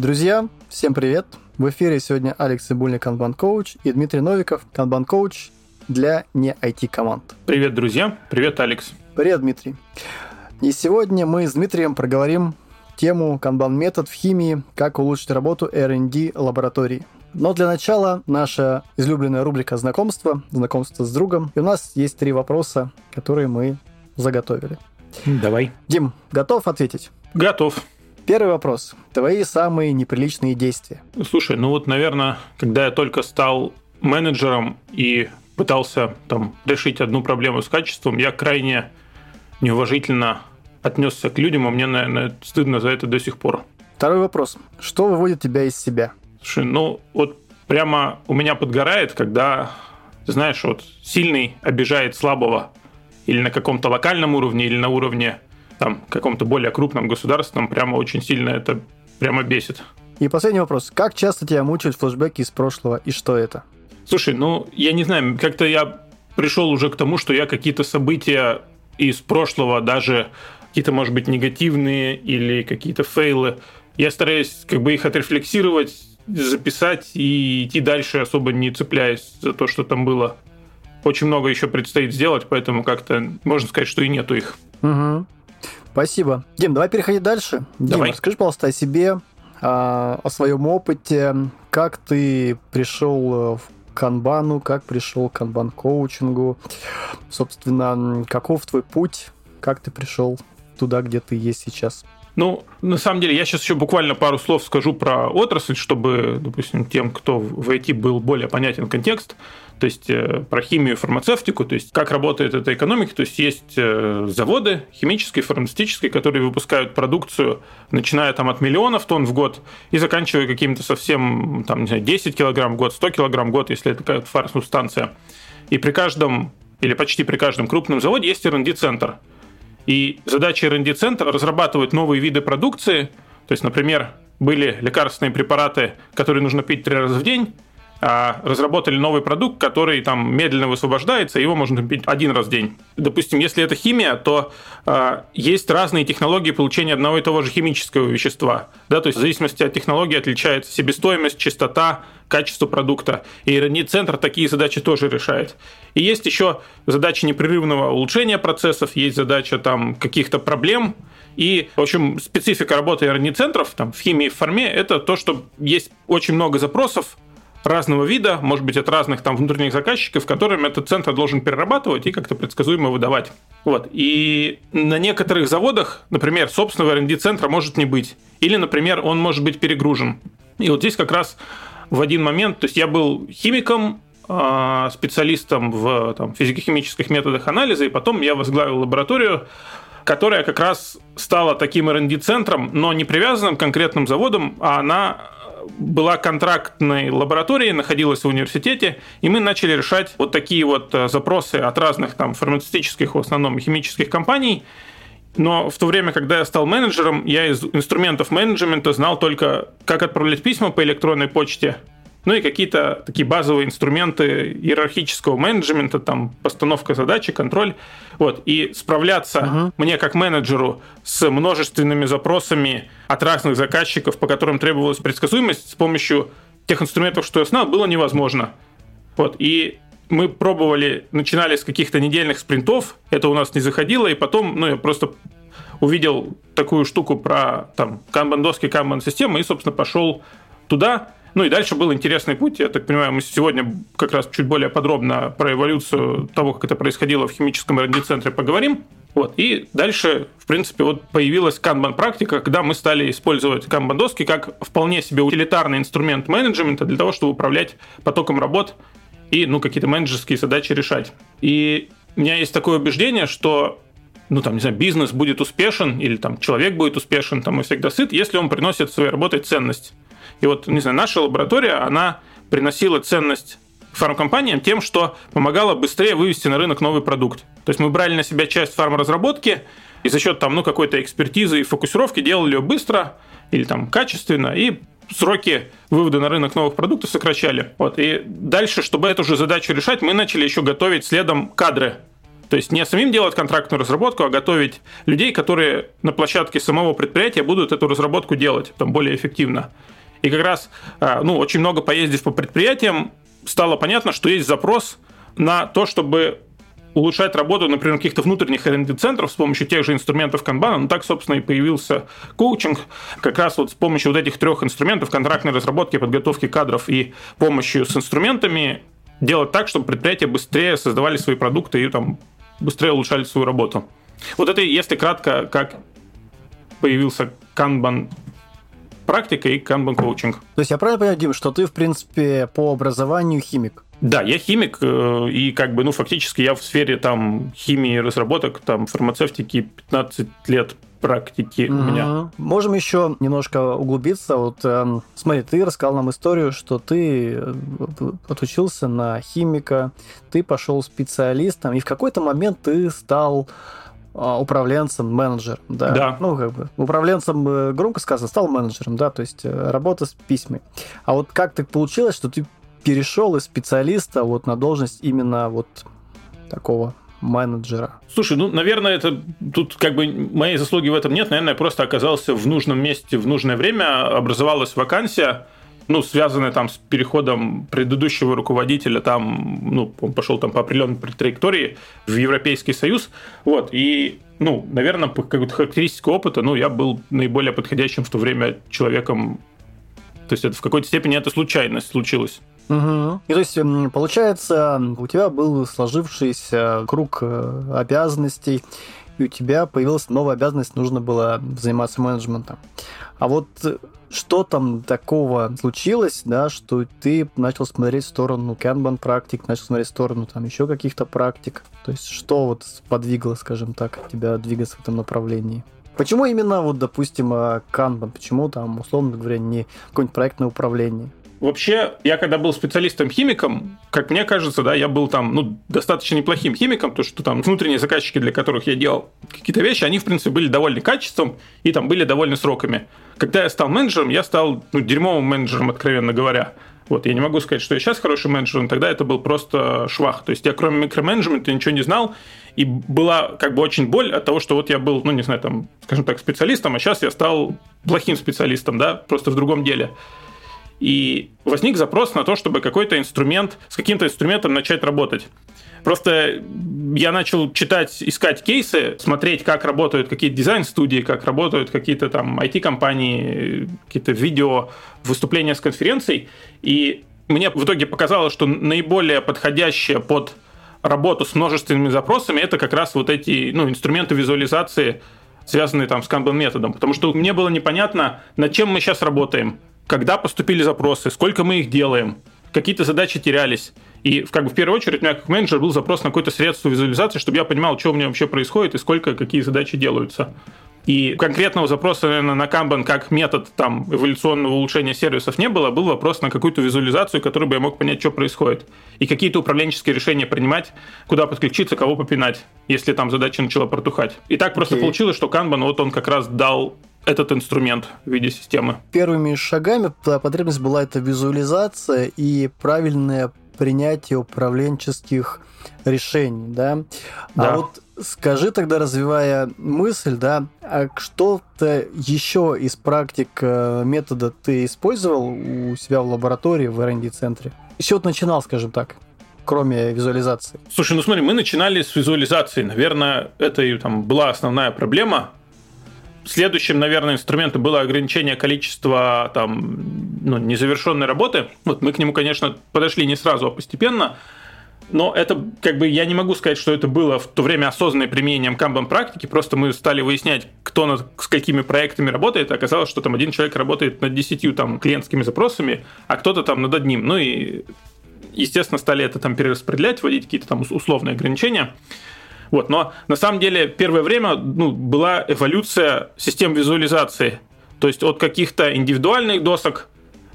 Друзья, всем привет! В эфире сегодня Алекс Цибульник, канбан-коуч, и Дмитрий Новиков, канбан-коуч для не IT-команд. Привет, друзья! Привет, Алекс! Привет, Дмитрий! И сегодня мы с Дмитрием проговорим тему канбан-метод в химии, как улучшить работу R&D лаборатории. Но для начала наша излюбленная рубрика знакомство с другом. И у нас есть 3 вопроса, которые мы заготовили. Давай. Дим, готов ответить? Готов. Первый вопрос. Твои самые неприличные действия? Слушай, наверное, когда я только стал менеджером и пытался решить одну проблему с качеством, я крайне неуважительно отнесся к людям, а мне, наверное, стыдно за это до сих пор. Второй вопрос. Что выводит тебя из себя? Слушай, прямо у меня подгорает, когда, знаешь, сильный обижает слабого или на каком-то локальном уровне, или на уровне каком-то более крупном государственном, прямо очень сильно это прямо бесит. И последний вопрос. Как часто тебя мучают флешбеки из прошлого, и что это? Слушай, я не знаю, как-то я пришел уже к тому, что я какие-то события из прошлого, даже какие-то, может быть, негативные или какие-то фейлы, я стараюсь их отрефлексировать, записать и идти дальше, особо не цепляясь за то, что там было. Очень много еще предстоит сделать, поэтому как-то можно сказать, что и нету их. Угу. Спасибо. Дим, давай переходить дальше. Давай. Дим, расскажи, пожалуйста, о себе, о своем опыте, как ты пришел в канбану, как пришел к канбан-коучингу, собственно, каков твой путь, как ты пришел туда, где ты есть сейчас. На самом деле, я сейчас еще буквально пару слов скажу про отрасль, чтобы, допустим, тем, кто в IT был более понятен контекст, то есть про химию и фармацевтику, то есть как работает эта экономика, то есть есть заводы химические, фармацевтические, которые выпускают продукцию, начиная от миллионов тонн в год и заканчивая каким-то совсем, 10 килограмм в год, 100 килограмм в год, если это какая-то фармсубстанция. И при каждом, или почти при каждом крупном заводе есть R&D-центр. И задача R&D-центра разрабатывать новые виды продукции. То есть, например, были лекарственные препараты, которые нужно пить 3 раза в день, а разработали новый продукт, который медленно высвобождается, и его можно пить 1 раз в день. Допустим, если это химия, то есть разные технологии получения одного и того же химического вещества. Да, то есть в зависимости от технологии отличается себестоимость, частота, качество продукта. И R&D-центр такие задачи тоже решает. И есть еще задача непрерывного улучшения процессов, есть задача каких-то проблем. И, в общем, специфика работы R&D-центров в химии и в фарме – это то, что есть очень много запросов разного вида, может быть, от разных внутренних заказчиков, которым этот центр должен перерабатывать и как-то предсказуемо выдавать. И на некоторых заводах, например, собственного R&D-центра может не быть. Или, например, он может быть перегружен. И здесь как раз в один момент, то есть я был химиком, специалистом в физико-химических методах анализа, и потом я возглавил лабораторию, которая как раз стала таким R&D-центром, но не привязанным к конкретным заводам, а она была контрактной лабораторией, находилась в университете, и мы начали решать такие запросы от разных фармацевтических, в основном химических компаний. Но в то время, когда я стал менеджером, я из инструментов менеджмента знал только, как отправлять письма по электронной почте, и какие-то такие базовые инструменты иерархического менеджмента, постановка задачи, контроль. И справляться мне как менеджеру с множественными запросами от разных заказчиков, по которым требовалась предсказуемость, с помощью тех инструментов, что я знал, было невозможно. И мы пробовали, начинали с каких-то недельных спринтов, это у нас не заходило, и потом я просто увидел такую штуку про канбан-доски, канбан-системы, и, собственно, пошел туда. И дальше был интересный путь. Я так понимаю, мы сегодня как раз чуть более подробно про эволюцию того, как это происходило в химическом R&D-центре, поговорим. И дальше, в принципе, появилась канбан-практика, когда мы стали использовать канбан-доски как вполне себе утилитарный инструмент менеджмента для того, чтобы управлять потоком работ и какие-то менеджерские задачи решать. И у меня есть такое убеждение, что бизнес будет успешен или человек будет успешен и всегда сыт, если он приносит своей работой ценность. И наша лаборатория, она приносила ценность фармкомпаниям тем, что помогала быстрее вывести на рынок новый продукт. То есть мы брали на себя часть фармразработки и за счет какой-то экспертизы и фокусировки делали ее быстро или качественно, и сроки вывода на рынок новых продуктов сокращали. И дальше, чтобы эту же задачу решать, мы начали еще готовить следом кадры. То есть не самим делать контрактную разработку, а готовить людей, которые на площадке самого предприятия будут эту разработку делать там более эффективно. И как раз очень много поездив по предприятиям, стало понятно, что есть запрос на то, чтобы улучшать работу, например, каких-то внутренних R&D-центров с помощью тех же инструментов Kanban. Ну, так, собственно, и появился коучинг. Как раз вот с помощью вот этих 3 инструментов, контрактной разработки, подготовки кадров и помощью с инструментами, делать так, чтобы предприятия быстрее создавали свои продукты и там быстрее улучшали свою работу. Вот это, если кратко, как появился Kanban практика и Kanban коучинг. То есть я правильно понимаю, Дим, что ты, в принципе, по образованию химик? Да, я химик, и фактически я в сфере там химии, разработок, там фармацевтики 15 лет практики у меня. Можем еще немножко углубиться. Вот смотри, ты рассказал нам историю, что ты отучился на химика, ты пошел специалистом, и в какой-то момент ты стал управленцем, менеджером, да? Да. Управленцем, громко сказано, стал менеджером, да, то есть работа с письмами. А вот как так получилось, что ты перешел из специалиста вот на должность именно вот такого менеджера? Слушай, наверное, тут моей заслуги в этом нет. Наверное, я просто оказался в нужном месте в нужное время. Образовалась вакансия, связанная там с переходом предыдущего руководителя, он пошел там по определенной траектории в Европейский Союз. Вот, и, наверное, по какой-то характеристике опыта, я был наиболее подходящим в то время человеком. То есть это в какой-то степени это случайность случилась. Угу. И то есть, получается, у тебя был сложившийся круг обязанностей, и у тебя появилась новая обязанность, нужно было заниматься менеджментом. А вот что там такого случилось, да, что ты начал смотреть в сторону Kanban практик, начал смотреть в сторону там еще каких-то практик? То есть что вот подвигло, скажем так, тебя двигаться в этом направлении? Почему именно, допустим, Kanban? Почему там, условно говоря, не какое-нибудь проектное управление? Вообще, я когда был специалистом-химиком, как мне кажется, да, я был там, достаточно неплохим химиком, потому что там внутренние заказчики, для которых я делал какие-то вещи, они, в принципе, были довольны качеством и там были довольны сроками. Когда я стал менеджером, я стал, дерьмовым менеджером, откровенно говоря. Вот, я не могу сказать, что я сейчас хороший менеджер, но тогда это был просто швах. То есть я кроме микроменеджмента ничего не знал, и была очень боль от того, что вот я был, скажем так, специалистом, а сейчас я стал плохим специалистом, да, просто в другом деле. И возник запрос на то, чтобы с каким-то инструментом начать работать. Просто я начал читать, искать кейсы, смотреть, как работают какие-то дизайн-студии, как работают какие-то там IT-компании, какие-то видео, выступления с конференций. И мне в итоге показалось, что наиболее подходящее под работу с множественными запросами это как раз вот эти инструменты визуализации, связанные там с Kanban-методом. Потому что мне было непонятно, над чем мы сейчас работаем, когда поступили запросы, сколько мы их делаем, какие-то задачи терялись. И в первую очередь у меня как менеджер был запрос на какое-то средство визуализации, чтобы я понимал, что у меня вообще происходит и какие задачи делаются. И конкретного запроса, наверное, на Kanban как метод там, эволюционного улучшения сервисов не было, был вопрос на какую-то визуализацию, которой бы я мог понять, что происходит. И какие-то управленческие решения принимать, куда подключиться, кого попинать, если там задача начала протухать. И так просто получилось, что Kanban, он как раз дал этот инструмент в виде системы. Первыми шагами потребность была это визуализация и правильное принятие управленческих решений, да? Да. А вот скажи тогда, развивая мысль, да, а что-то еще из практик метода ты использовал у себя в лаборатории, в R&D-центре? Еще начинал, скажем так, кроме визуализации. Слушай, смотри, мы начинали с визуализации. Наверное, это и была основная проблема. Следующим, наверное, инструментом было ограничение количества незавершенной работы. Вот мы к нему, конечно, подошли не сразу, а постепенно. Но это, я не могу сказать, что это было в то время осознанное применением Kanban-практики. Просто мы стали выяснять, кто над какими проектами работает. И оказалось, что там один человек работает над 10 клиентскими запросами, а кто-то там над одним. И, естественно, стали это перераспределять, вводить какие-то условные ограничения. Вот, но на самом деле первое время была эволюция систем визуализации. То есть от каких-то индивидуальных досок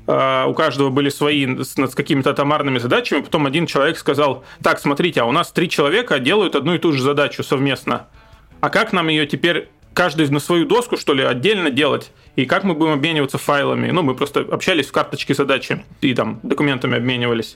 у каждого были свои над какими-то атомарными задачами. Потом один человек сказал: так, смотрите, а у нас 3 человека делают одну и ту же задачу совместно. А как нам ее теперь каждый на свою доску, что ли, отдельно делать? И как мы будем обмениваться файлами? Мы просто общались в карточке задачи и там документами обменивались.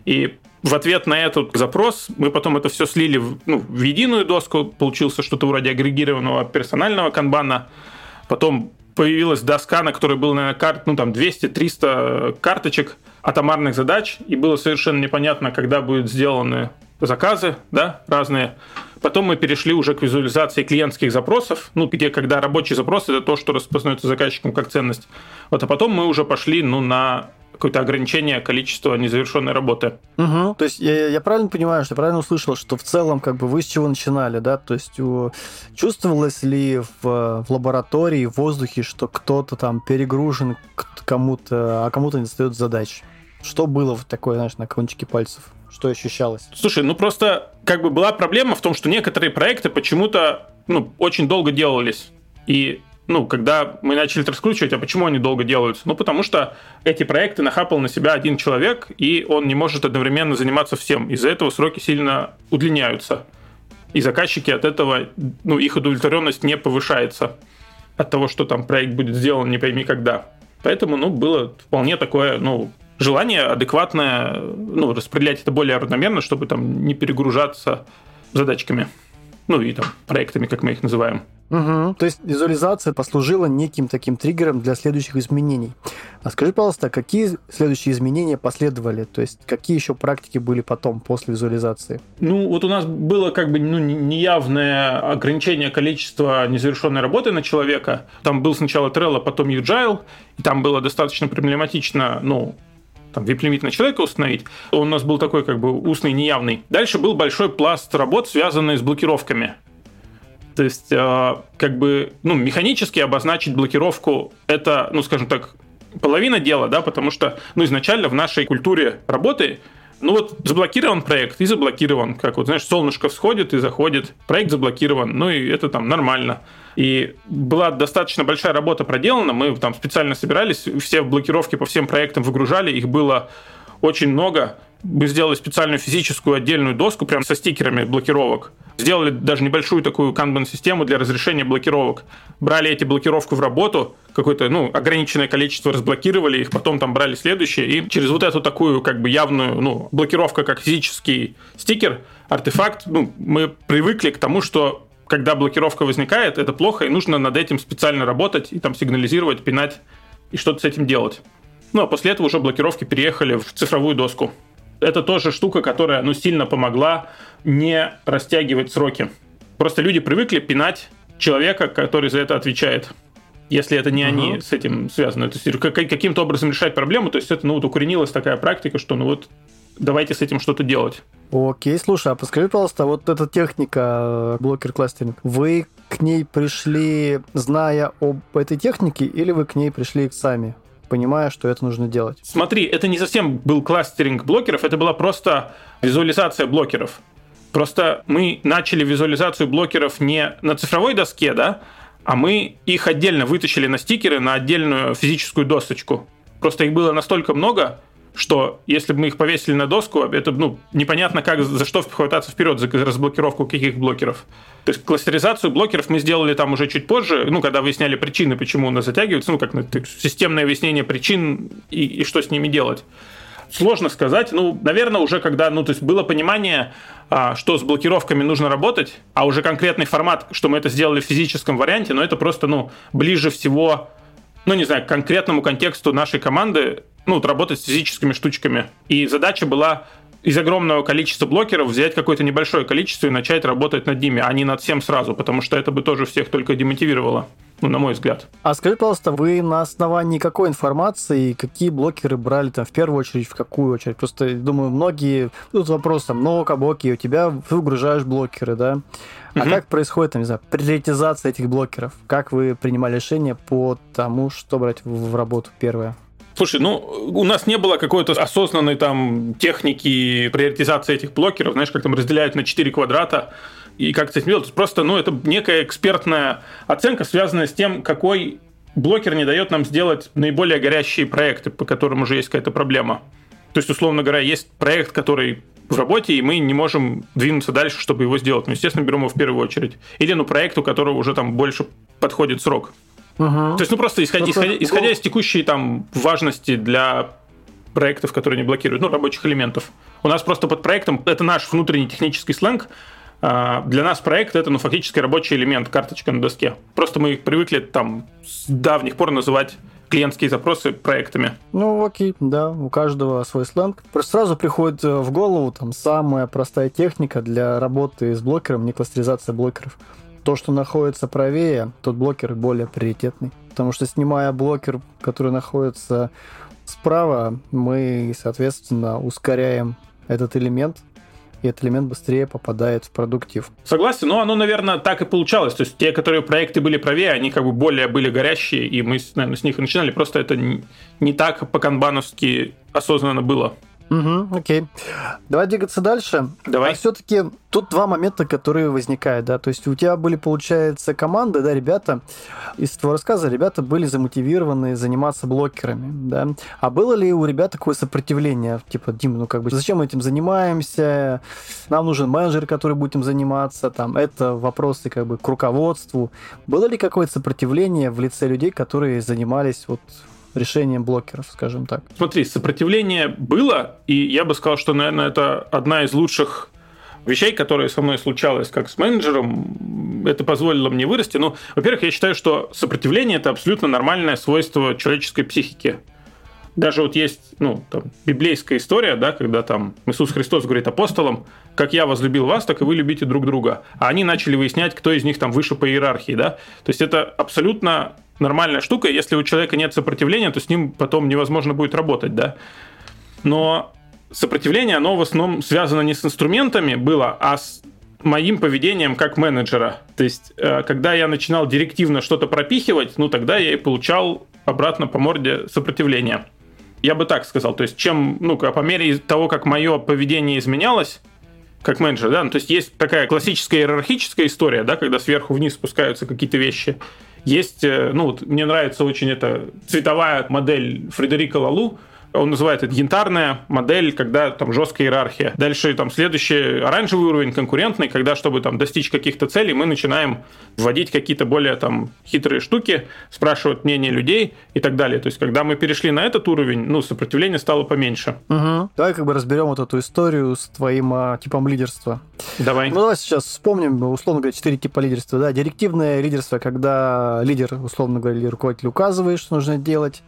И в ответ на этот запрос мы потом это все слили в единую доску, получился что-то вроде агрегированного персонального канбана. Потом появилась доска, на которой было, наверное, 200-300 карточек атомарных задач, и было совершенно непонятно, когда будут сделаны заказы, да, разные. Потом мы перешли уже к визуализации клиентских запросов, где когда рабочий запрос – это то, что распознается заказчиком как ценность. А потом мы уже пошли на какое-то ограничение количества незавершенной работы. Угу. То есть я правильно понимаю, что я правильно услышал, что в целом вы с чего начинали, да? То есть чувствовалось ли в лаборатории, в воздухе, что кто-то там перегружен кому-то, а кому-то не достает задач? Что было такое, знаешь, на кончике пальцев? Что ощущалось? Слушай, просто была проблема в том, что некоторые проекты почему-то очень долго делались. И когда мы начали раскручивать, а почему они долго делаются? Потому что эти проекты нахапал на себя один человек, и он не может одновременно заниматься всем. Из-за этого сроки сильно удлиняются. И заказчики от этого, их удовлетворенность не повышается от того, что там проект будет сделан не пойми когда. Поэтому, было вполне такое, желание адекватное, распределять это более равномерно, чтобы там не перегружаться задачками. И проектами, как мы их называем. Угу. То есть визуализация послужила неким таким триггером для следующих изменений. А скажи, пожалуйста, какие следующие изменения последовали? То есть какие еще практики были потом, после визуализации? У нас было неявное ограничение количества незавершенной работы на человека. Там был сначала Trello, потом Agile, и там было достаточно проблематично, вип-лимит на человека установить. Он у нас был такой устный, неявный. Дальше был большой пласт работ, связанный с блокировками. То есть, механически обозначить блокировку – это, скажем так, половина дела, да, потому что, изначально в нашей культуре работы, заблокирован проект и заблокирован. Как солнышко всходит и заходит, проект заблокирован, и это нормально. И была достаточно большая работа проделана, мы там специально собирались, все блокировки по всем проектам выгружали, их было очень много. Мы сделали специальную физическую отдельную доску прям со стикерами блокировок. Сделали даже небольшую такую канбан-систему для разрешения блокировок. Брали эти блокировки в работу, какое-то ограниченное количество разблокировали их, потом там брали следующие, и через эту такую явную блокировка как физический стикер, артефакт, мы привыкли к тому, что когда блокировка возникает, это плохо, и нужно над этим специально работать и там сигнализировать, пинать и что-то с этим делать. А после этого уже блокировки переехали в цифровую доску. Это тоже штука, которая сильно помогла не растягивать сроки. Просто люди привыкли пинать человека, который за это отвечает, если это не они с этим связаны. То есть каким-то образом решать проблему. То есть это укоренилась такая практика, что давайте с этим что-то делать. Окей, слушай, а подскажи, пожалуйста, эта техника блокер-кластеринг, вы к ней пришли, зная об этой технике, или вы к ней пришли сами, понимая, что это нужно делать? Смотри, это не совсем был кластеринг блокеров, это была просто визуализация блокеров. Просто мы начали визуализацию блокеров не на цифровой доске, да, а мы их отдельно вытащили на стикеры, на отдельную физическую досочку. Просто их было настолько много, что если бы мы их повесили на доску, это непонятно, за что хвататься вперед, за разблокировку каких блокеров. То есть кластеризацию блокеров мы сделали там уже чуть позже, когда выясняли причины, почему у нас затягивается, системное объяснение причин и что с ними делать. Сложно сказать. Наверное, уже когда то есть было понимание, что с блокировками нужно работать, а уже конкретный формат, что мы это сделали в физическом варианте, это просто ближе всего, к конкретному контексту нашей команды, работать с физическими штучками. И задача была из огромного количества блокеров взять какое-то небольшое количество и начать работать над ними, а не над всем сразу, потому что это бы тоже всех только демотивировало, на мой взгляд. А скажи, пожалуйста, вы на основании какой информации, какие блокеры брали в первую очередь, в какую очередь? Просто, думаю, многие... Тут вопрос, окей, у тебя выгружаешь блокеры, да? А как происходит, приоритизация этих блокеров? Как вы принимали решение по тому, что брать в работу первое? Слушай, у нас не было какой-то осознанной техники приоритизации этих блокеров, знаешь, как разделяют на 4 квадрата, и как это делать. Просто, это некая экспертная оценка, связанная с тем, какой блокер не дает нам сделать наиболее горящие проекты, по которым уже есть какая-то проблема. То есть, условно говоря, есть проект, который в работе, и мы не можем двинуться дальше, чтобы его сделать. Естественно, берем его в первую очередь. Или, проект, у которого уже больше подходит срок. То есть, просто исходя из текущей важности для проектов, которые не блокируют, рабочих элементов. У нас просто под проектом, это наш внутренний технический сленг, для нас проект – это фактически рабочий элемент, карточка на доске. Просто мы привыкли там с давних пор называть клиентские запросы проектами. Окей, да, у каждого свой сленг. Просто сразу приходит в голову там самая простая техника для работы с блокером, не кластеризация блокеров. То, что находится правее, тот блокер более приоритетный. Потому что, снимая блокер, который находится справа, мы, соответственно, ускоряем этот элемент, и этот элемент быстрее попадает в продуктив. Согласен, но оно, наверное, так и получалось. То есть те, которые проекты были правее, они как бы более были горящие, и мы, наверное, с них и начинали. Просто это не так по-канбановски осознанно было. Окей. Давай двигаться дальше. Давай. А все-таки тут два момента, которые возникают, да. То есть у тебя были, получается, команды, да, ребята, из твоего рассказа ребята были замотивированы заниматься блокерами, да. А было ли у ребят такое сопротивление? Типа, Дим, зачем мы этим занимаемся? Нам нужен менеджер, который будет этим заниматься, там, это вопросы к руководству. Было ли какое-то сопротивление в лице людей, которые занимались решением блокеров, скажем так? Смотри, сопротивление было, и я бы сказал, что, наверное, это одна из лучших вещей, которые со мной случалось как с менеджером. Это позволило мне вырасти. Во-первых, я считаю, что сопротивление – это абсолютно нормальное свойство человеческой психики. Даже есть, библейская история, да, когда там Иисус Христос говорит апостолам: как я возлюбил вас, так и вы любите друг друга. А они начали выяснять, кто из них там выше по иерархии, да. То есть это абсолютно нормальная штука. Если у человека нет сопротивления, то с ним потом невозможно будет работать, да. Но сопротивление, оно в основном связано не с инструментами было, а с моим поведением как менеджера. То есть, когда я начинал директивно что-то пропихивать, тогда я и получал обратно по морде сопротивление. Я бы так сказал. То есть, по мере того, как мое поведение изменялось, как менеджер, да, то есть есть такая классическая иерархическая история, да, когда сверху вниз спускаются какие-то вещи. Есть, мне нравится очень эта цветовая модель Фредерика Лалу. Он называет это янтарная модель, когда там жесткая иерархия. Дальше там следующий оранжевый уровень, конкурентный, когда, чтобы там достичь каких-то целей, мы начинаем вводить какие-то более там хитрые штуки, спрашивать мнение людей и так далее. То есть, когда мы перешли на этот уровень, сопротивление стало поменьше. Давай разберем эту историю с твоим типом лидерства. Давай. Давай сейчас вспомним, условно говоря, 4 типа лидерства. Да? Директивное лидерство, когда лидер, условно говоря, или руководитель указывает, что нужно делать.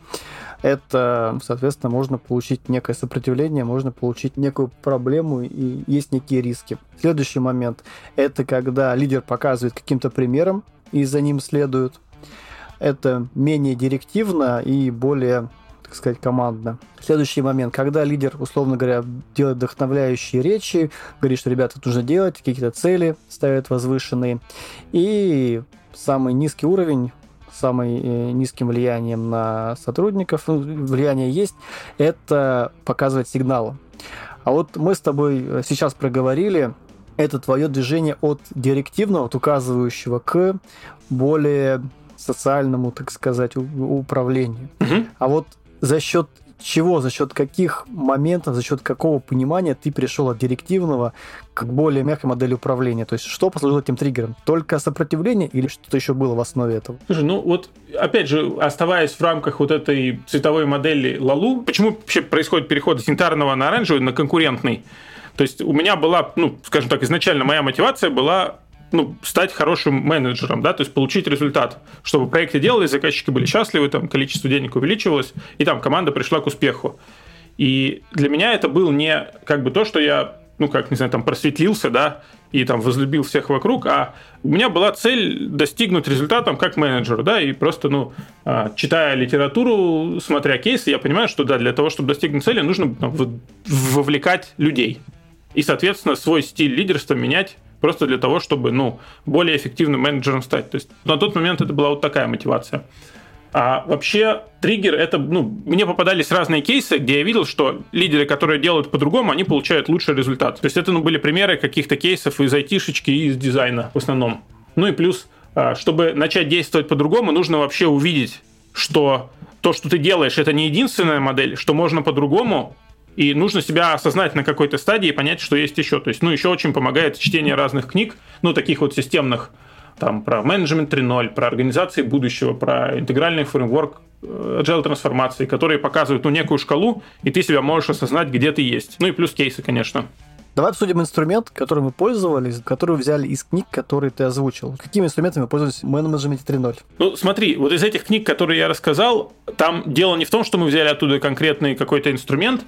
Это, соответственно, можно получить некое сопротивление, можно получить некую проблему, и есть некие риски. Следующий момент – это когда лидер показывает каким-то примером, и за ним следуют. Это менее директивно и более, так сказать, командно. Следующий момент, когда лидер, условно говоря, делает вдохновляющие речи, говорит, что, ребята, это нужно делать, какие-то цели ставят возвышенные. И самый низкий уровень, самым низким влиянием на сотрудников, влияние есть, это показывать сигналы. А мы с тобой сейчас проговорили, это твое движение от директивного, от указывающего к более социальному, так сказать, управлению. А за счет чего, за счет каких моментов, за счет какого понимания ты перешел от директивного к более мягкой модели управления? То есть, что послужило этим триггером? Только сопротивление или что-то еще было в основе этого? Слушай, опять же, оставаясь в рамках этой цветовой модели Лалу, почему вообще происходит переход с янтарного на оранжевый, на конкурентный? То есть, у меня была, скажем так, изначально моя мотивация была стать хорошим менеджером, да, то есть получить результат, чтобы проекты делались, заказчики были счастливы, там количество денег увеличивалось, и там команда пришла к успеху. И для меня это был не то, что я, просветлился, да, и там возлюбил всех вокруг, а у меня была цель достигнуть результата как менеджер, да, и просто, читая литературу, смотря кейсы, я понимаю, что, да, для того, чтобы достигнуть цели, нужно вовлекать людей. И, соответственно, свой стиль лидерства менять просто для того, чтобы, более эффективным менеджером стать. То есть на тот момент это была такая мотивация. А вообще триггер – это, мне попадались разные кейсы, где я видел, что лидеры, которые делают по-другому, они получают лучший результат. То есть это, были примеры каких-то кейсов из айтишечки и из дизайна в основном. И плюс, чтобы начать действовать по-другому, нужно вообще увидеть, что то, что ты делаешь, это не единственная модель, что можно по-другому. И нужно себя осознать на какой-то стадии и понять, что есть еще. То есть, еще очень помогает чтение разных книг, таких системных, там, про менеджмент 3.0, про организации будущего, про интегральный фреймворк agile трансформации, которые показывают некую шкалу, и ты себя можешь осознать, где ты есть. Ну и плюс кейсы, конечно. Давай обсудим инструмент, которым мы пользовались, который взяли из книг, которые ты озвучил. Какими инструментами вы пользовались в менеджменте 3.0? Ну, смотри, вот из этих книг, которые я рассказал, там дело не в том, что мы взяли оттуда конкретный какой-то инструмент,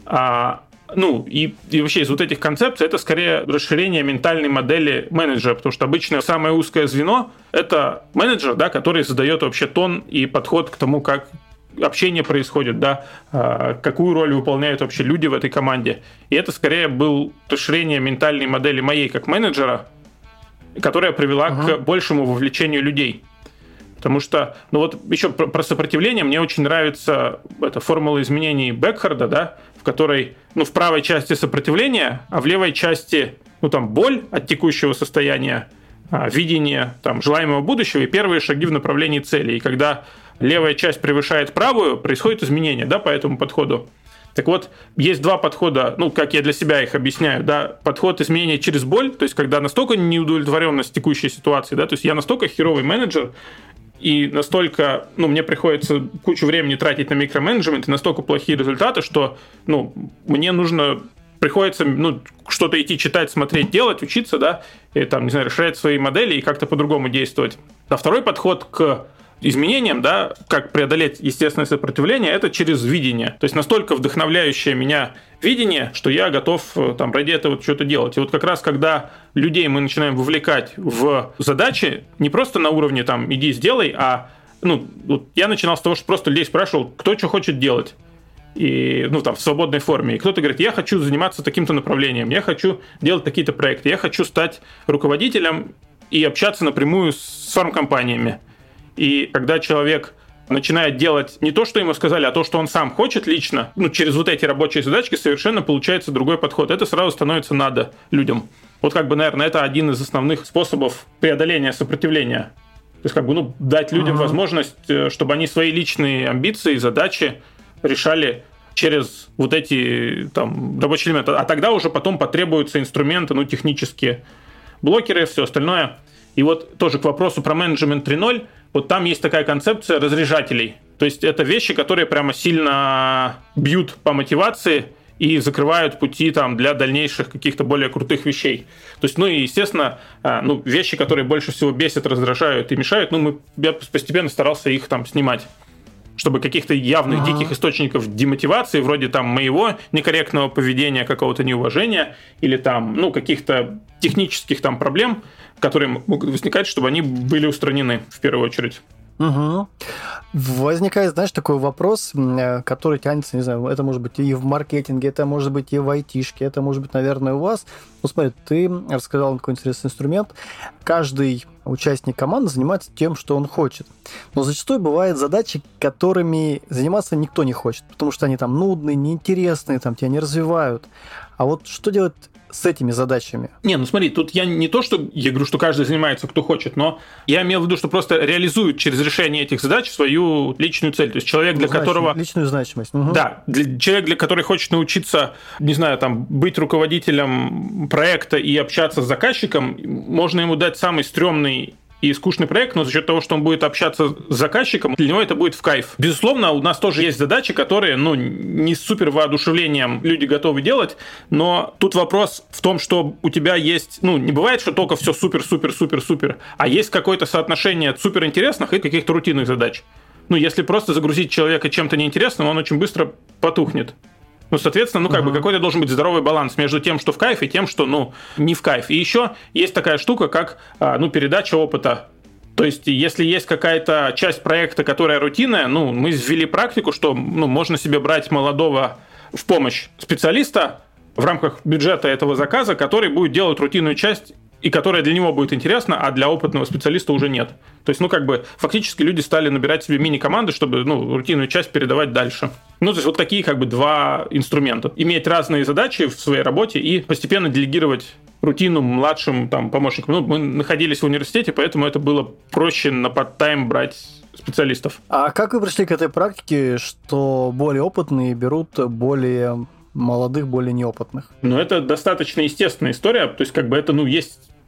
и вообще из вот этих концепций это скорее расширение ментальной модели менеджера, потому что обычно самое узкое звено – это менеджер, да, который задает вообще тон и подход к тому, как общение происходит, да, какую роль выполняют вообще люди в этой команде. И это скорее был расширение ментальной модели моей как менеджера, которая привела к большему вовлечению людей. Потому что, еще про сопротивление, мне очень нравится эта формула изменений Бекхарда, да, в которой, в правой части сопротивление, а в левой части, боль от текущего состояния, видение, желаемого будущего и первые шаги в направлении цели. И когда левая часть превышает правую, происходит изменение, да, по этому подходу. Так вот, есть два подхода, как я для себя их объясняю, да, подход изменения через боль, то есть когда настолько неудовлетворенность текущей ситуации, да, то есть я настолько херовый менеджер, и настолько, мне приходится кучу времени тратить на микроменеджмент, и настолько плохие результаты, что, мне приходится, что-то идти читать, смотреть, делать, учиться, да, и расширять свои модели и как-то по-другому действовать. А второй подход к изменениям, да, как преодолеть естественное сопротивление, это через видение. То есть настолько вдохновляющее меня видение, что я готов ради этого что-то делать. И вот как раз когда людей мы начинаем вовлекать в задачи, не просто на уровне иди сделай, а я начинал с того, что просто людей спрашивал, кто что хочет делать. И, в свободной форме. И кто-то говорит, я хочу заниматься таким-то направлением, я хочу делать такие-то проекты, я хочу стать руководителем и общаться напрямую с фармкомпаниями. И когда человек начинает делать не то, что ему сказали, а то, что он сам хочет лично, через вот эти рабочие задачки совершенно получается другой подход. Это сразу становится надо людям. Вот наверное, это один из основных способов преодоления сопротивления. То есть дать людям возможность, чтобы они свои личные амбиции, задачи решали через вот эти рабочие элементы. А тогда уже потом потребуются инструменты, технические, блокеры, все остальное. И вот тоже к вопросу про менеджмент 3.0, вот там есть такая концепция разряжателей. То есть это вещи, которые прямо сильно бьют по мотивации и закрывают пути для дальнейших каких-то более крутых вещей. То есть, и естественно, вещи, которые больше всего бесят, раздражают и мешают, я постепенно старался их снимать, чтобы каких-то явных диких источников демотивации, вроде моего некорректного поведения, какого-то неуважения, или каких-то технических проблем, которые могут возникать, чтобы они были устранены в первую очередь. Возникает, такой вопрос, который тянется, не знаю, это может быть и в маркетинге, это может быть и в айтишке, это может быть, наверное, у вас. Смотри, ты рассказал такой интересный инструмент. Каждый участник команды занимается тем, что он хочет. Но зачастую бывают задачи, которыми заниматься никто не хочет, потому что они нудные, неинтересные, тебя не развивают. А вот что делать с этими задачами? Смотри, тут я не то, что я говорю, что каждый занимается, кто хочет, но я имел в виду, что просто реализует через решение этих задач свою личную цель. То есть человек, для которого... Личную значимость. Да, человек, для которого хочет научиться, не знаю, быть руководителем проекта и общаться с заказчиком, можно ему дать самый стрёмный и скучный проект, но за счет того, что он будет общаться с заказчиком, для него это будет в кайф. Безусловно, у нас тоже есть задачи, которые, не с супер воодушевлением люди готовы делать, но тут вопрос в том, что у тебя есть, не бывает, что только все супер, а есть какое-то соотношение суперинтересных и каких-то рутинных задач. Если просто загрузить человека чем-то неинтересным, он очень быстро потухнет. Соответственно, какой-то должен быть здоровый баланс между тем, что в кайф, и тем, что, не в кайф. И еще есть такая штука, как, передача опыта. То есть, если есть какая-то часть проекта, которая рутинная, мы ввели практику, что, можно себе брать молодого в помощь специалиста в рамках бюджета этого заказа, который будет делать рутинную часть, и которая для него будет интересна, а для опытного специалиста уже нет. То есть, фактически люди стали набирать себе мини-команды, чтобы, рутинную часть передавать дальше. То есть, вот такие, два инструмента. Иметь разные задачи в своей работе и постепенно делегировать рутину младшим помощникам. Мы находились в университете, поэтому это было проще на парт-тайм брать специалистов. А как вы пришли к этой практике, что более опытные берут более молодых, более неопытных? Это достаточно естественная история. То есть, это, есть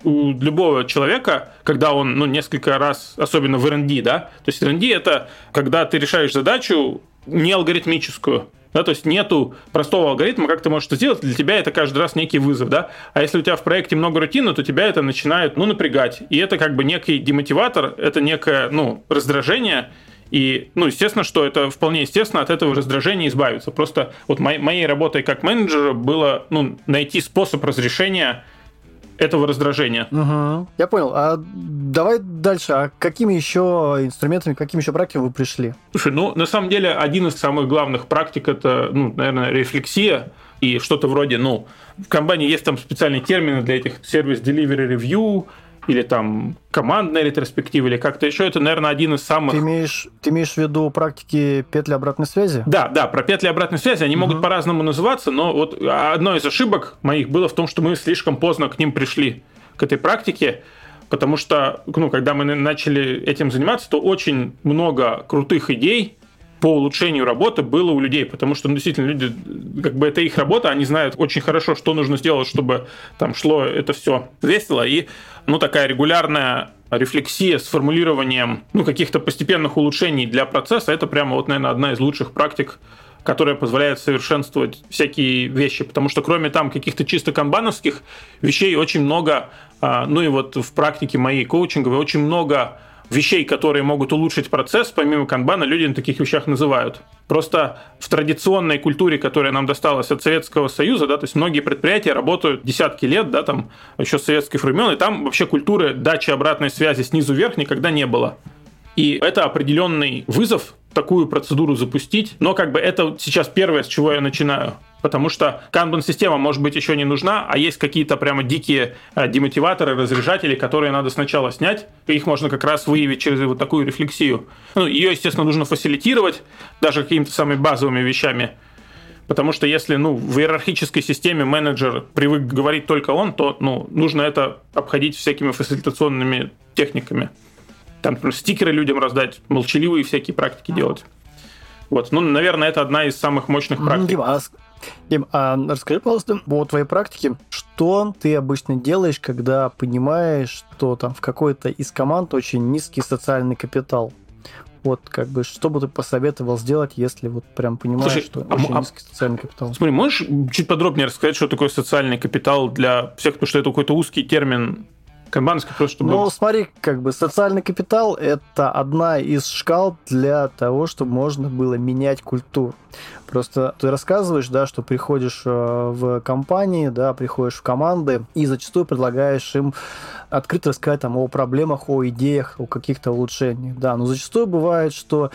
у любого человека, когда он, несколько раз, особенно в R&D, да, то есть R&D – это когда ты решаешь задачу не алгоритмическую, да, то есть нету простого алгоритма, как ты можешь это сделать, для тебя это каждый раз некий вызов, да, а если у тебя в проекте много рутины, то тебя это начинает, напрягать, и это как бы некий демотиватор, это некое, раздражение, и, естественно, что это вполне естественно от этого раздражения избавиться, просто вот моей работой как менеджера было, найти способ разрешения этого раздражения. Угу. Я понял. А давай дальше. А какими еще инструментами, какими еще практиками вы пришли? Слушай, на самом деле, один из самых главных практик – это, наверное, рефлексия и что-то вроде, в компании есть там специальные термины для этих Service Delivery Review или там командная ретроспектива, или как-то еще. Это, наверное, один из самых... Ты имеешь в виду практики петли обратной связи? Да, про петли обратной связи. Они могут по-разному называться, но вот одной из ошибок моих было в том, что мы слишком поздно к ним пришли, к этой практике, потому что, когда мы начали этим заниматься, то очень много крутых идей по улучшению работы было у людей, потому что, действительно, люди, это их работа, они знают очень хорошо, что нужно сделать, чтобы там шло это все весело, и, такая регулярная рефлексия с формулированием, каких-то постепенных улучшений для процесса, это прямо, наверное, одна из лучших практик, которая позволяет совершенствовать всякие вещи, потому что кроме там каких-то чисто канбановских вещей очень много, и вот в практике моей коучинговой очень много вещей, которые могут улучшить процесс, помимо канбана, люди на таких вещах называют. Просто в традиционной культуре, которая нам досталась от Советского Союза, да, то есть многие предприятия работают десятки лет, да, там еще с советских времен, и там вообще культуры дачи обратной связи снизу вверх никогда не было. И это определенный вызов такую процедуру запустить, но это сейчас первое, с чего я начинаю. Потому что канбан-система, может быть, еще не нужна, а есть какие-то прямо дикие демотиваторы, разряжатели, которые надо сначала снять, и их можно как раз выявить через вот такую рефлексию. Ее, естественно, нужно фасилитировать даже какими-то самыми базовыми вещами, потому что если в иерархической системе менеджер привык говорить только он, то нужно это обходить всякими фасилитационными техниками. Там, например, стикеры людям раздать, молчаливые всякие практики делать. Вот, наверное, это одна из самых мощных практик. Дим, расскажи, пожалуйста, по твоей практике, что ты обычно делаешь, когда понимаешь, что там в какой-то из команд очень низкий социальный капитал? Вот, что бы ты посоветовал сделать, если вот прям понимаешь, что очень низкий социальный капитал? Смотри, можешь чуть подробнее рассказать, что такое социальный капитал для всех, потому что это какой-то узкий термин канбановский, просто чтобы... смотри, социальный капитал – это одна из шкал для того, чтобы можно было менять культуру. Просто ты рассказываешь, да, что приходишь в компании, да, приходишь в команды и зачастую предлагаешь им открыто рассказать там о проблемах, о идеях, о каких-то улучшениях. Да, но зачастую бывает, что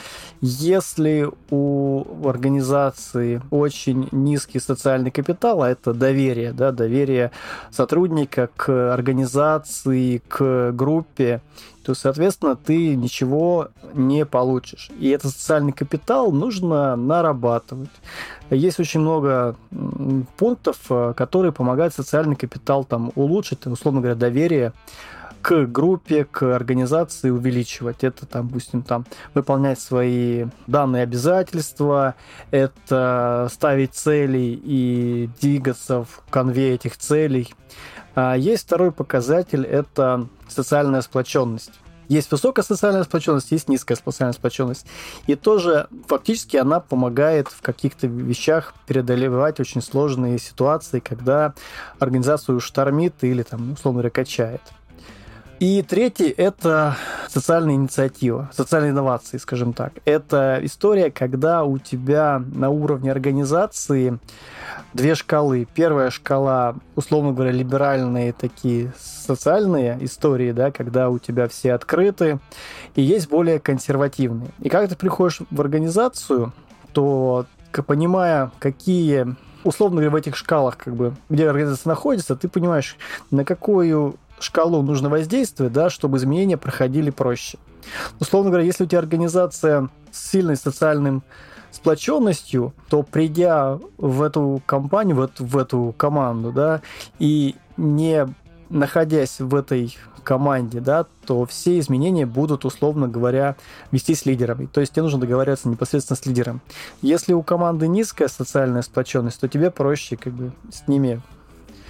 если у организации очень низкий социальный капитал, а это доверие, да, доверие сотрудника к организации, к группе, то, соответственно, ты ничего не получишь. И этот социальный капитал нужно нарабатывать. Есть очень много пунктов, которые помогают социальный капитал там улучшить, условно говоря, доверие к группе, к организации увеличивать. Это, допустим, выполнять свои данные обязательства, это ставить цели и двигаться в конве этих целей. Есть второй показатель – это социальная сплоченность. Есть высокая социальная сплоченность, есть низкая социальная сплоченность. И тоже фактически она помогает в каких-то вещах преодолевать очень сложные ситуации, когда организацию штормит или, условно говоря, качает. И третий – это социальная инициатива, социальные инновации, скажем так. Это история, когда у тебя на уровне организации две шкалы. Первая шкала, условно говоря, либеральные такие социальные истории, да, когда у тебя все открыты, и есть более консервативные. И когда ты приходишь в организацию, то, понимая, какие, условно говоря, в этих шкалах, где организация находится, ты понимаешь, на какую шкалу нужно воздействовать, да, чтобы изменения проходили проще. Условно говоря, если у тебя организация с сильной социальным сплоченностью, то придя в эту компанию, в эту команду, да, и не находясь в этой команде, да, то все изменения будут, условно говоря, вестись лидерами. То есть тебе нужно договариваться непосредственно с лидером. Если у команды низкая социальная сплоченность, то тебе проще с ними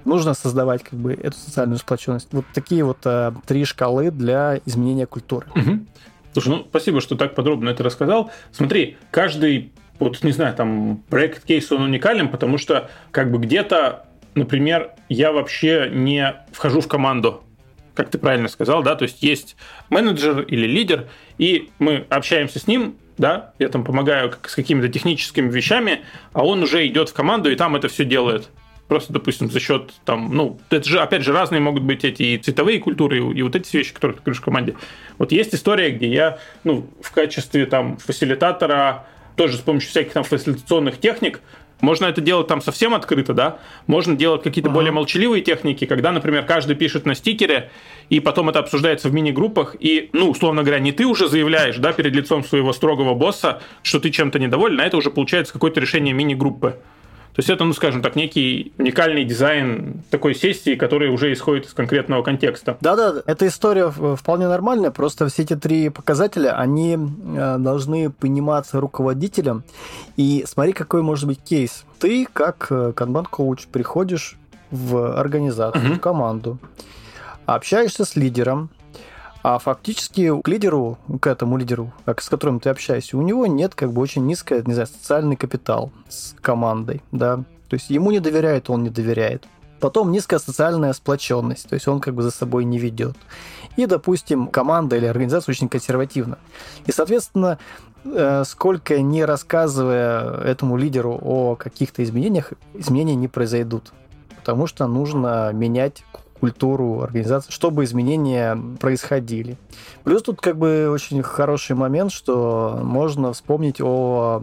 нужно создавать как бы эту социальную сплоченность. Вот такие вот 3 шкалы для изменения культуры. Угу. Слушай, спасибо, что так подробно это рассказал. Смотри, каждый, вот не знаю, там проект кейс он уникален, потому что как бы где-то, например, я вообще не вхожу в команду, как ты правильно сказал, да, то есть менеджер или лидер, и мы общаемся с ним, да, я там помогаю с какими-то техническими вещами, а он уже идет в команду и там это все делает. Просто, допустим, за счет там, это же, опять же, разные могут быть эти и цветовые культуры, и вот эти вещи, которые ты говоришь в команде. Вот есть история, где я, в качестве там фасилитатора, тоже с помощью всяких там фасилитационных техник, можно это делать там совсем открыто, да, можно делать какие-то более молчаливые техники, когда, например, каждый пишет на стикере, и потом это обсуждается в мини-группах, и, условно говоря, не ты уже заявляешь, да, перед лицом своего строгого босса, что ты чем-то недоволен, а это уже получается какое-то решение мини-группы. То есть это, скажем так, некий уникальный дизайн такой сессии, который уже исходит из конкретного контекста. Да-да, эта история вполне нормальная, просто все эти 3 показателя, они должны пониматься руководителем. И смотри, какой может быть кейс. Ты, как канбан-коуч, приходишь в организацию, в команду, общаешься с лидером, а фактически к этому лидеру, с которым ты общаешься, у него нет как бы очень низкий, не знаю, социальный капитал с командой, да, то есть ему не доверяют, он не доверяет. Потом низкая социальная сплоченность, то есть он как бы за собой не ведет. И, допустим, команда или организация очень консервативна. И, соответственно, сколько не рассказывая этому лидеру о каких-то изменениях, изменения не произойдут, потому что нужно менять культуру организации, чтобы изменения происходили. Плюс тут как бы очень хороший момент, что можно вспомнить о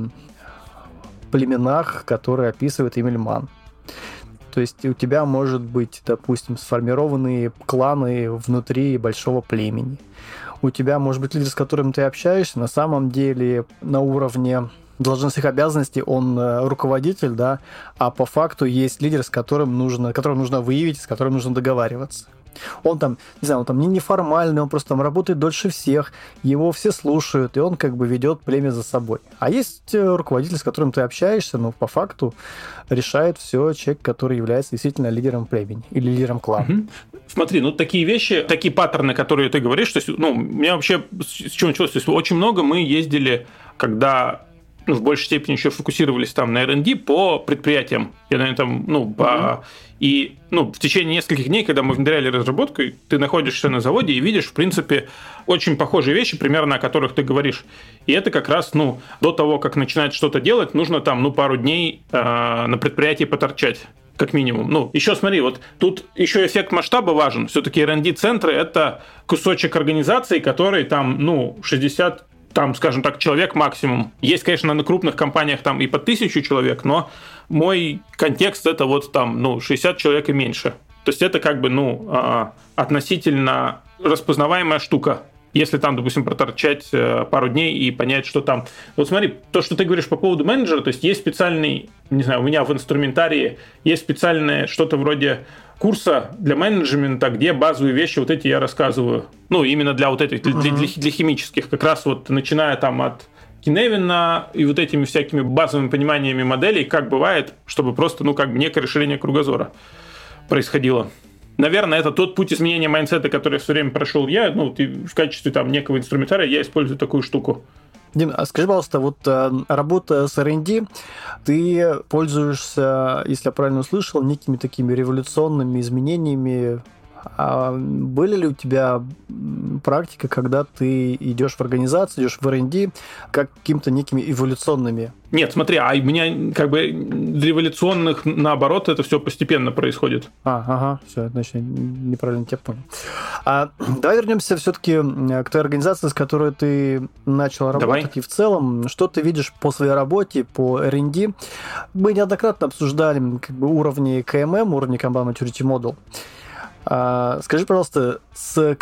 племенах, которые описывает Эмиль Манн. То есть у тебя может быть, допустим, сформированные кланы внутри большого племени. У тебя может быть лидер, с которым ты общаешься, на самом деле на уровне должностных обязанностей он руководитель, да, а по факту есть лидер, которого нужно выявить, с которым нужно договариваться. Он там, не знаю, он там не неформальный, он просто там работает дольше всех, его все слушают, и он как бы ведет племя за собой. А есть руководитель, с которым ты общаешься, но по факту решает все человек, который является действительно лидером племени или лидером клана. Угу. Смотри, такие вещи, такие паттерны, которые ты говоришь, то есть, у меня вообще с чего началось? То есть, очень много мы ездили, когда в большей степени еще фокусировались там на R&D по предприятиям. Я, наверное, там, И в течение нескольких дней, когда мы внедряли разработку, ты находишься на заводе и видишь, в принципе, очень похожие вещи, примерно о которых ты говоришь. И это как раз, до того, как начинать что-то делать, нужно там, пару дней на предприятии поторчать. Как минимум. Еще смотри, вот тут еще эффект масштаба важен. Все-таки R&D-центры – это кусочек организации, который там, 60, там, скажем так, человек максимум. Есть, конечно, на крупных компаниях там и по 1000 человек, но мой контекст – это вот там, 60 человек и меньше. То есть это как бы, относительно распознаваемая штука. Если там, допустим, проторчать пару дней и понять, что там... Вот смотри, то, что ты говоришь по поводу менеджера, то есть есть специальный, не знаю, у меня в инструментарии есть специальное что-то вроде курса для менеджмента, где базовые вещи вот эти я рассказываю. Именно для вот этих, для химических. Как раз вот начиная там от Киневина и вот этими всякими базовыми пониманиями моделей, как бывает, чтобы просто, некое расширение кругозора происходило. Наверное, это тот путь изменения майндсета, который все время прошел я. В качестве там некого инструментария я использую такую штуку. Дим, а скажи, пожалуйста, вот работа с R&D, ты пользуешься, если я правильно услышал, некими такими революционными изменениями. А были ли у тебя практика, когда ты идешь в организацию, идешь в R&D какими-то некими эволюционными? Нет, смотри, а у меня как бы революционных, наоборот, это все постепенно происходит. Все, значит, неправильно тебя понял. Давай вернемся все-таки к той организации, с которой ты начал работать. Давай. И в целом, что ты видишь по своей работе, по R&D? Мы неоднократно обсуждали как бы уровни КММ, уровни Kanban Maturity Model. Скажи, пожалуйста, с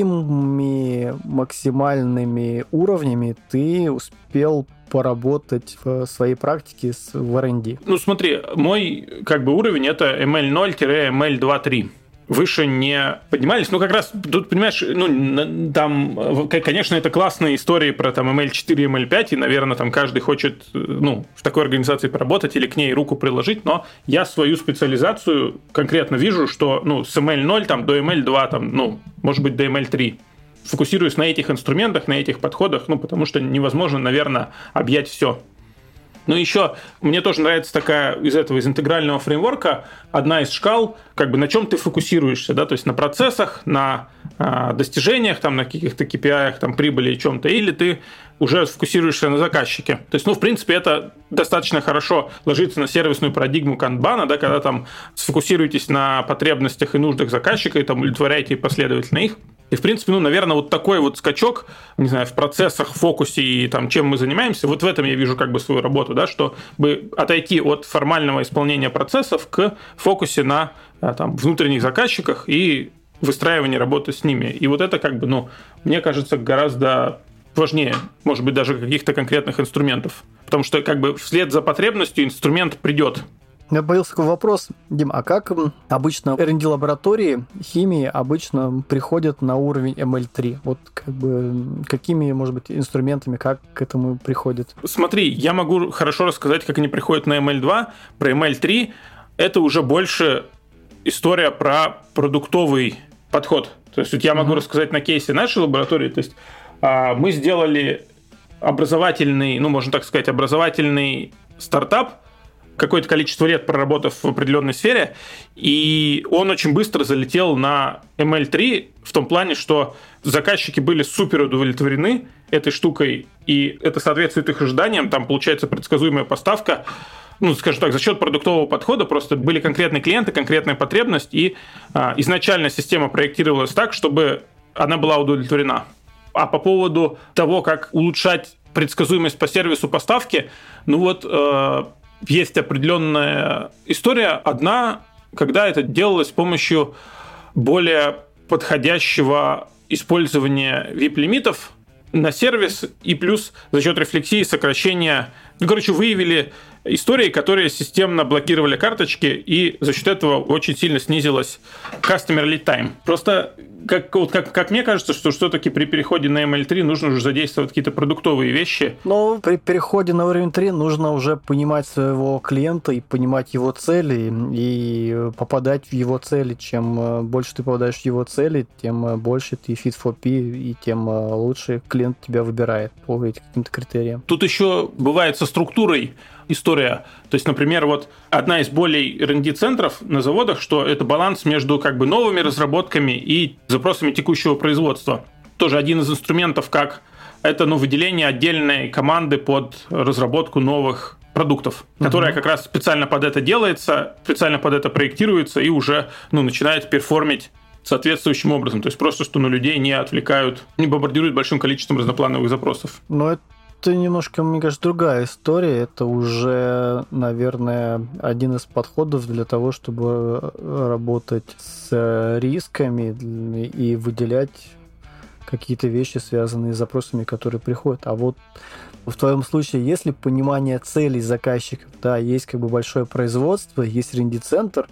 какими максимальными уровнями ты успел поработать в своей практике в R&D? Смотри, мой как бы уровень это ML0-ML2.3. выше не поднимались. Ну, как раз тут, понимаешь, ну, там, конечно, это классные истории про там ML4, ML5, и, наверное, там каждый хочет, ну, в такой организации поработать или к ней руку приложить, но я свою специализацию конкретно вижу, что, ну, с ML0 там, до ML2, там, ну, может быть, до ML3 фокусируюсь на этих инструментах, на этих подходах, ну, потому что невозможно, наверное, объять все. Ну, еще мне тоже нравится такая из интегрального фреймворка одна из шкал, как бы на чем ты фокусируешься, да, то есть на процессах, на достижениях, там, на каких-то KPI, там, прибыли и чем-то, или ты уже фокусируешься на заказчике. То есть, ну, в принципе, это достаточно хорошо ложится на сервисную парадигму канбана, да, когда там сфокусируетесь на потребностях и нуждах заказчика и там удовлетворяете последовательно их. И, в принципе, ну, наверное, вот такой вот скачок, не знаю, в процессах, в фокусе и там, чем мы занимаемся, вот в этом я вижу как бы свою работу, да, чтобы отойти от формального исполнения процессов к фокусе на там, внутренних заказчиках и выстраивании работы с ними. И вот это как бы, ну, мне кажется, гораздо важнее, может быть, даже каких-то конкретных инструментов. Потому что как бы вслед за потребностью инструмент придет. У меня появился такой вопрос, Дим, а как обычно R&D-лаборатории химии обычно приходят на уровень ML3? Вот как бы какими, может быть, инструментами, как к этому приходят? Смотри, я могу хорошо рассказать, как они приходят на ML2. Про ML3 это уже больше история про продуктовый подход. То есть я могу рассказать на кейсе нашей лаборатории. То есть мы сделали образовательный, ну, можно так сказать, образовательный стартап, какое-то количество лет проработав в определенной сфере, и он очень быстро залетел на ML3 в том плане, что заказчики были супер удовлетворены этой штукой, и это соответствует их ожиданиям, там получается предсказуемая поставка, ну, скажем так, за счет продуктового подхода просто были конкретные клиенты, конкретная потребность, и изначально система проектировалась так, чтобы она была удовлетворена. А по поводу того, как улучшать предсказуемость по сервису поставки, ну вот есть определенная история. Одна, когда это делалось с помощью более подходящего использования VIP-лимитов на сервис и плюс за счет рефлексии сокращения. Ну, короче, выявили истории, которые системно блокировали карточки, и за счет этого очень сильно снизилась customer lead time. Просто, как мне кажется, что все-таки при переходе на ML3 нужно уже задействовать какие-то продуктовые вещи. Но при переходе на уровень 3 нужно уже понимать своего клиента и понимать его цели, и попадать в его цели. Чем больше ты попадаешь в его цели, тем больше ты fit for P, и тем лучше клиент тебя выбирает по этим каким-то критериям. Тут еще бывает со структурой история. То есть, например, вот одна из болей R&D-центров на заводах, что это баланс между как бы новыми разработками и запросами текущего производства. Тоже один из инструментов, как это, ну, выделение отдельной команды под разработку новых продуктов, которая как раз специально под это делается, специально под это проектируется и уже, ну, начинает перформить соответствующим образом. То есть просто, что на людей не отвлекают, не бомбардируют большим количеством разноплановых запросов. Но это немножко, мне кажется, другая история. Это уже, наверное, один из подходов для того, чтобы работать с рисками и выделять какие-то вещи, связанные с запросами, которые приходят. А вот в твоем случае, если понимание целей заказчиков, да, есть как бы большое производство, есть R&D-центр,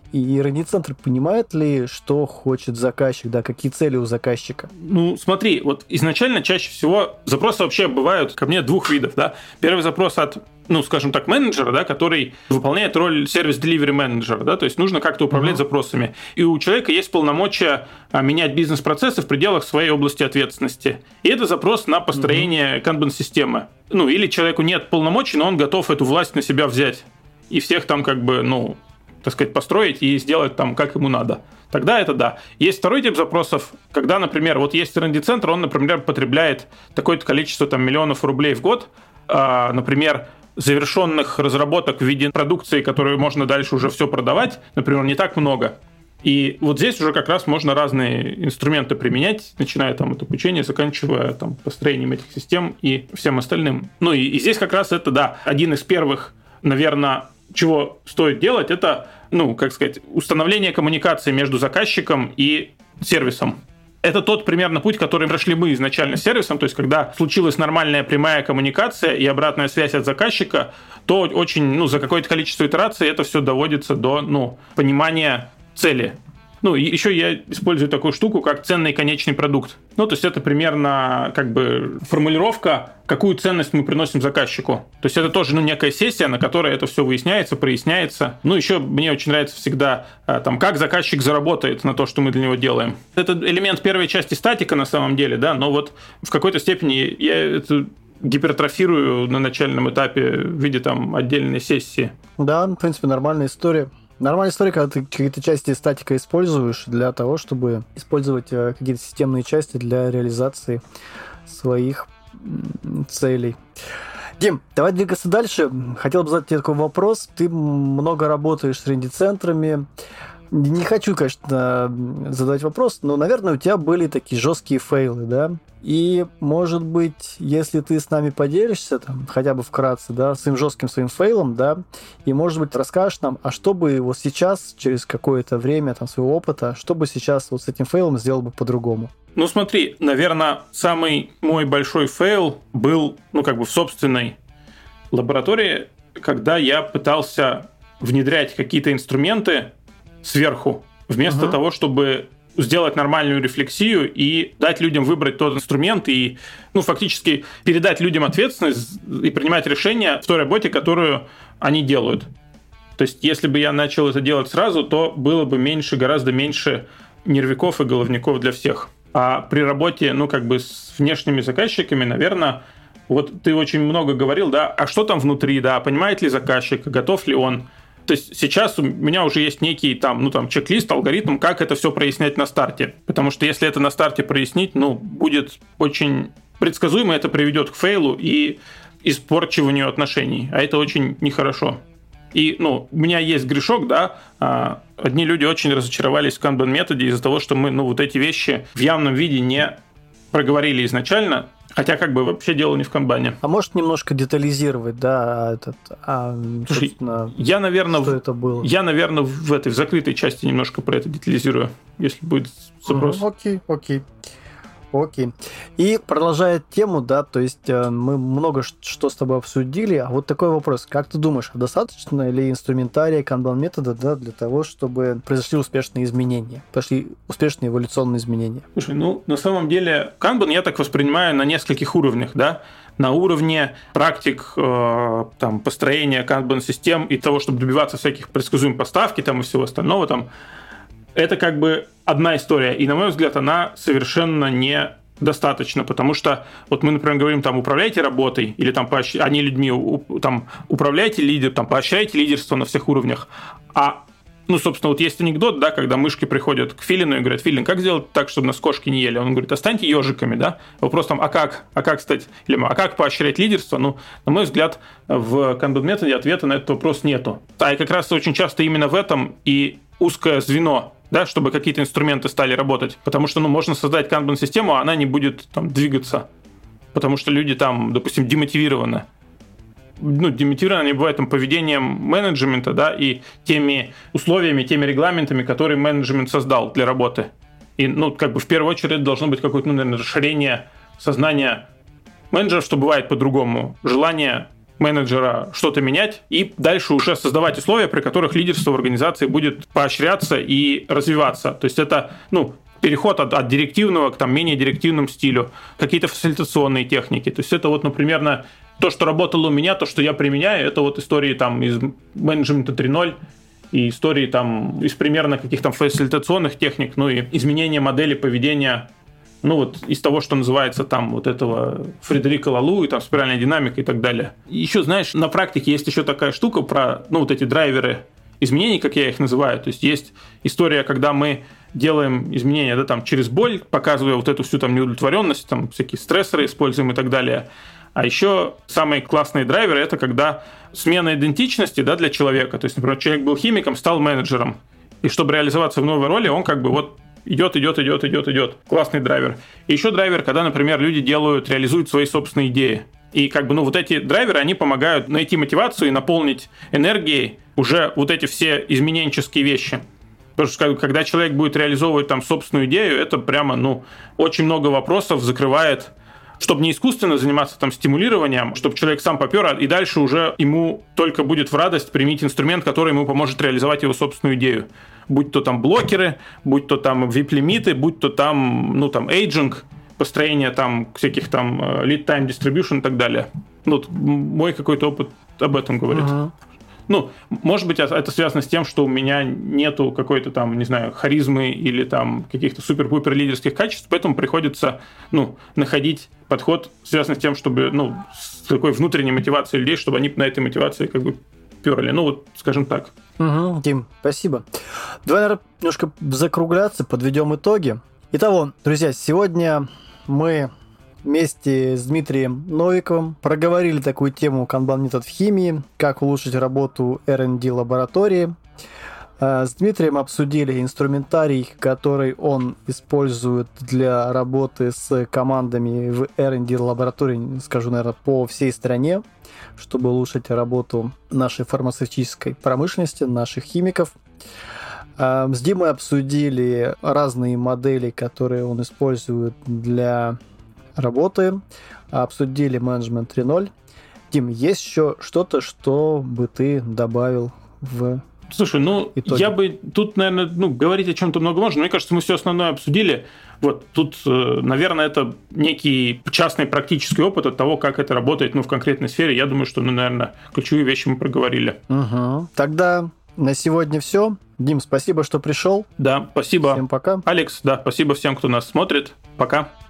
и R&D-центр понимает ли, что хочет заказчик, да, какие цели у заказчика? Ну, смотри, вот изначально чаще всего запросы вообще бывают ко мне двух видов, да. Первый запрос от, ну, скажем так, менеджера, да, который выполняет роль сервис-деливери менеджера, да, то есть нужно как-то управлять запросами. И у человека есть полномочия менять бизнес-процессы в пределах своей области ответственности. И это запрос на построение канбан-системы. Ну, или человеку нет полномочий, но он готов эту власть на себя взять. И всех там как бы, ну, так сказать, построить и сделать там, как ему надо. Тогда это да. Есть второй тип запросов, когда, например, вот есть R&D-центр, он, например, потребляет такое-то количество там, миллионов рублей в год, например, завершенных разработок в виде продукции, которую можно дальше уже все продавать, например, не так много. И вот здесь уже как раз можно разные инструменты применять, начиная там от обучения, заканчивая там построением этих систем и всем остальным. Ну и здесь как раз это, да, один из первых, наверное, чего стоит делать, это, ну, как сказать, установление коммуникации между заказчиком и сервисом. Это тот примерно путь, который прошли мы изначально с сервисом, то есть когда случилась нормальная прямая коммуникация и обратная связь от заказчика, то очень, ну, за какое-то количество итераций это все доводится до, ну, понимания цели. Ну, и еще я использую такую штуку, как ценный конечный продукт. Ну, то есть это примерно как бы формулировка, какую ценность мы приносим заказчику. То есть это тоже, ну, некая сессия, на которой это все выясняется, проясняется. Ну, еще мне очень нравится всегда, там, как заказчик заработает на то, что мы для него делаем. Это элемент первой части статика на самом деле, да, но вот в какой-то степени я это гипертрофирую на начальном этапе в виде там отдельной сессии. Да, в принципе, нормальная история. Нормальная история, когда ты какие-то части статика используешь для того, чтобы использовать какие-то системные части для реализации своих целей. Дим, давай двигаться дальше. Хотел бы задать тебе такой вопрос. Ты много работаешь с ренди-центрами. Не хочу, конечно, задавать вопрос, но, наверное, у тебя были такие жесткие фейлы, да? И, может быть, если ты с нами поделишься, там, хотя бы вкратце, да, своим фейлом, да, и, может быть, расскажешь нам, а что бы вот сейчас, через какое-то время там, своего опыта, что бы сейчас вот с этим фейлом сделал бы по-другому? Ну, смотри, наверное, самый мой большой фейл был, ну, как бы в собственной лаборатории, когда я пытался внедрять какие-то инструменты сверху, вместо того, чтобы сделать нормальную рефлексию и дать людям выбрать тот инструмент и, ну, фактически передать людям ответственность и принимать решения в той работе, которую они делают. То есть, если бы я начал это делать сразу, то было бы гораздо меньше нервяков и головников для всех. А при работе, ну, как бы с внешними заказчиками, наверное, вот ты очень много говорил, да, а что там внутри, да, понимает ли заказчик, готов ли он. То есть сейчас у меня уже есть некий там, ну, там, чек-лист, алгоритм, как это все прояснять на старте. Потому что если это на старте прояснить, ну, будет очень предсказуемо, это приведет к фейлу и испорчиванию отношений. А это очень нехорошо. И, ну, у меня есть грешок, да, одни люди очень разочаровались в Kanban-методе из-за того, что мы, ну, вот эти вещи в явном виде не проговорили изначально, хотя как бы вообще дело не в канбане. А может немножко детализировать, да, Слушай, я, наверное, что это было? Я, наверное, в закрытой части немножко про это детализирую, если будет запрос. Окей. И продолжая тему, да, то есть мы много что с тобой обсудили, а вот такой вопрос. Как ты думаешь, достаточно ли инструментария Kanban-метода, да, для того, чтобы произошли успешные изменения, пошли успешные эволюционные изменения? Слушай, ну, на самом деле, Kanban я так воспринимаю на нескольких уровнях, да. На уровне практик там, построения Kanban-систем и того, чтобы добиваться всяких предсказуемых поставки там, и всего остального, там, это как бы одна история. И, на мой взгляд, она совершенно недостаточна, потому что вот мы, например, говорим, там, управляйте работой, или там, а не людьми, там, управляйте лидером, там, поощряйте лидерство на всех уровнях. А, ну, собственно, вот есть анекдот, да, когда мышки приходят к Филину и говорят: Филин, как сделать так, чтобы нас кошки не ели? Он говорит: а станьте ежиками, да? Вопрос там, а как стать, или а как поощрять лидерство? Ну, на мой взгляд, в Kanban-методе ответа на этот вопрос нету. А и как раз очень часто именно в этом и узкое звено, да, чтобы какие-то инструменты стали работать. Потому что, ну, можно создать Kanban-систему, а она не будет там двигаться. Потому что люди там, допустим, демотивированы. Ну, демотивированы они бывают там поведением менеджмента, да, и теми условиями, теми регламентами, которые менеджмент создал для работы. И, ну, как бы в первую очередь должно быть какое-то, ну, наверное, расширение сознания менеджеров, что бывает по-другому. Желание менеджера что-то менять и дальше уже создавать условия, при которых лидерство в организации будет поощряться и развиваться. То есть это, ну, переход от директивного к там, менее директивному стилю, какие-то фасилитационные техники. То есть это вот, ну, примерно то, что работало у меня, то, что я применяю, это вот истории там из менеджмента 3.0 и истории там из примерно каких-то фасилитационных техник, ну и изменения модели поведения, ну вот из того, что называется там вот этого Фредерика Лалу и там спиральная динамика и так далее. И еще, знаешь, на практике есть еще такая штука про, ну, вот эти драйверы изменений, как я их называю. То есть есть история, когда мы делаем изменения, да, там через боль, показывая вот эту всю там неудовлетворенность, там всякие стрессоры используем и так далее. А еще самые классные драйверы – это когда смена идентичности, да, для человека. То есть, например, человек был химиком, стал менеджером. И чтобы реализоваться в новой роли, он как бы вот идет. Классный драйвер. И еще драйвер, когда, например, люди реализуют свои собственные идеи. И как бы, ну, вот эти драйверы, они помогают найти мотивацию и наполнить энергией уже вот эти все измененческие вещи. Потому что когда человек будет реализовывать там собственную идею, это прямо, ну, очень много вопросов закрывает, чтобы не искусственно заниматься там стимулированием, чтобы человек сам попер, и дальше уже ему только будет в радость применить инструмент, который ему поможет реализовать его собственную идею. будь то там блокеры, будь то там VIP-лимиты, будь то там, ну, там, эйджинг, построение там всяких там lead time distribution и так далее. Ну, мой какой-то опыт об этом говорит. Ну, может быть, это связано с тем, что у меня нету какой-то там, не знаю, харизмы или там каких-то супер-пупер лидерских качеств, поэтому приходится, ну, находить подход, связанный с тем, чтобы, ну, с такой внутренней мотивацией людей, чтобы они на этой мотивации как бы перли. Ну, вот, скажем так. Дим, спасибо. Давай, наверное, немножко закругляться, подведем итоги. Итого, друзья, сегодня мы вместе с Дмитрием Новиковым проговорили такую тему канбан-метод в химии, как улучшить работу R&D лаборатории. С Дмитрием обсудили инструментарий, который он использует для работы с командами в R&D лаборатории, скажу, наверное, по всей стране, чтобы улучшить работу нашей фармацевтической промышленности, наших химиков. С Димой обсудили разные модели, которые он использует для работы, обсудили менеджмент 3.0. Дим, есть еще что-то, что бы ты добавил в Слушай, ну, итоге? Я бы тут, наверное, говорить о чем-то много можно. Мне кажется, мы все основное обсудили. Вот тут, наверное, это некий частный практический опыт от того, как это работает, ну, в конкретной сфере. Я думаю, что, ну, наверное, ключевые вещи мы проговорили. Тогда на сегодня все. Дим, спасибо, что пришел. Да, спасибо. Всем пока. Алекс, да, спасибо всем, кто нас смотрит. Пока.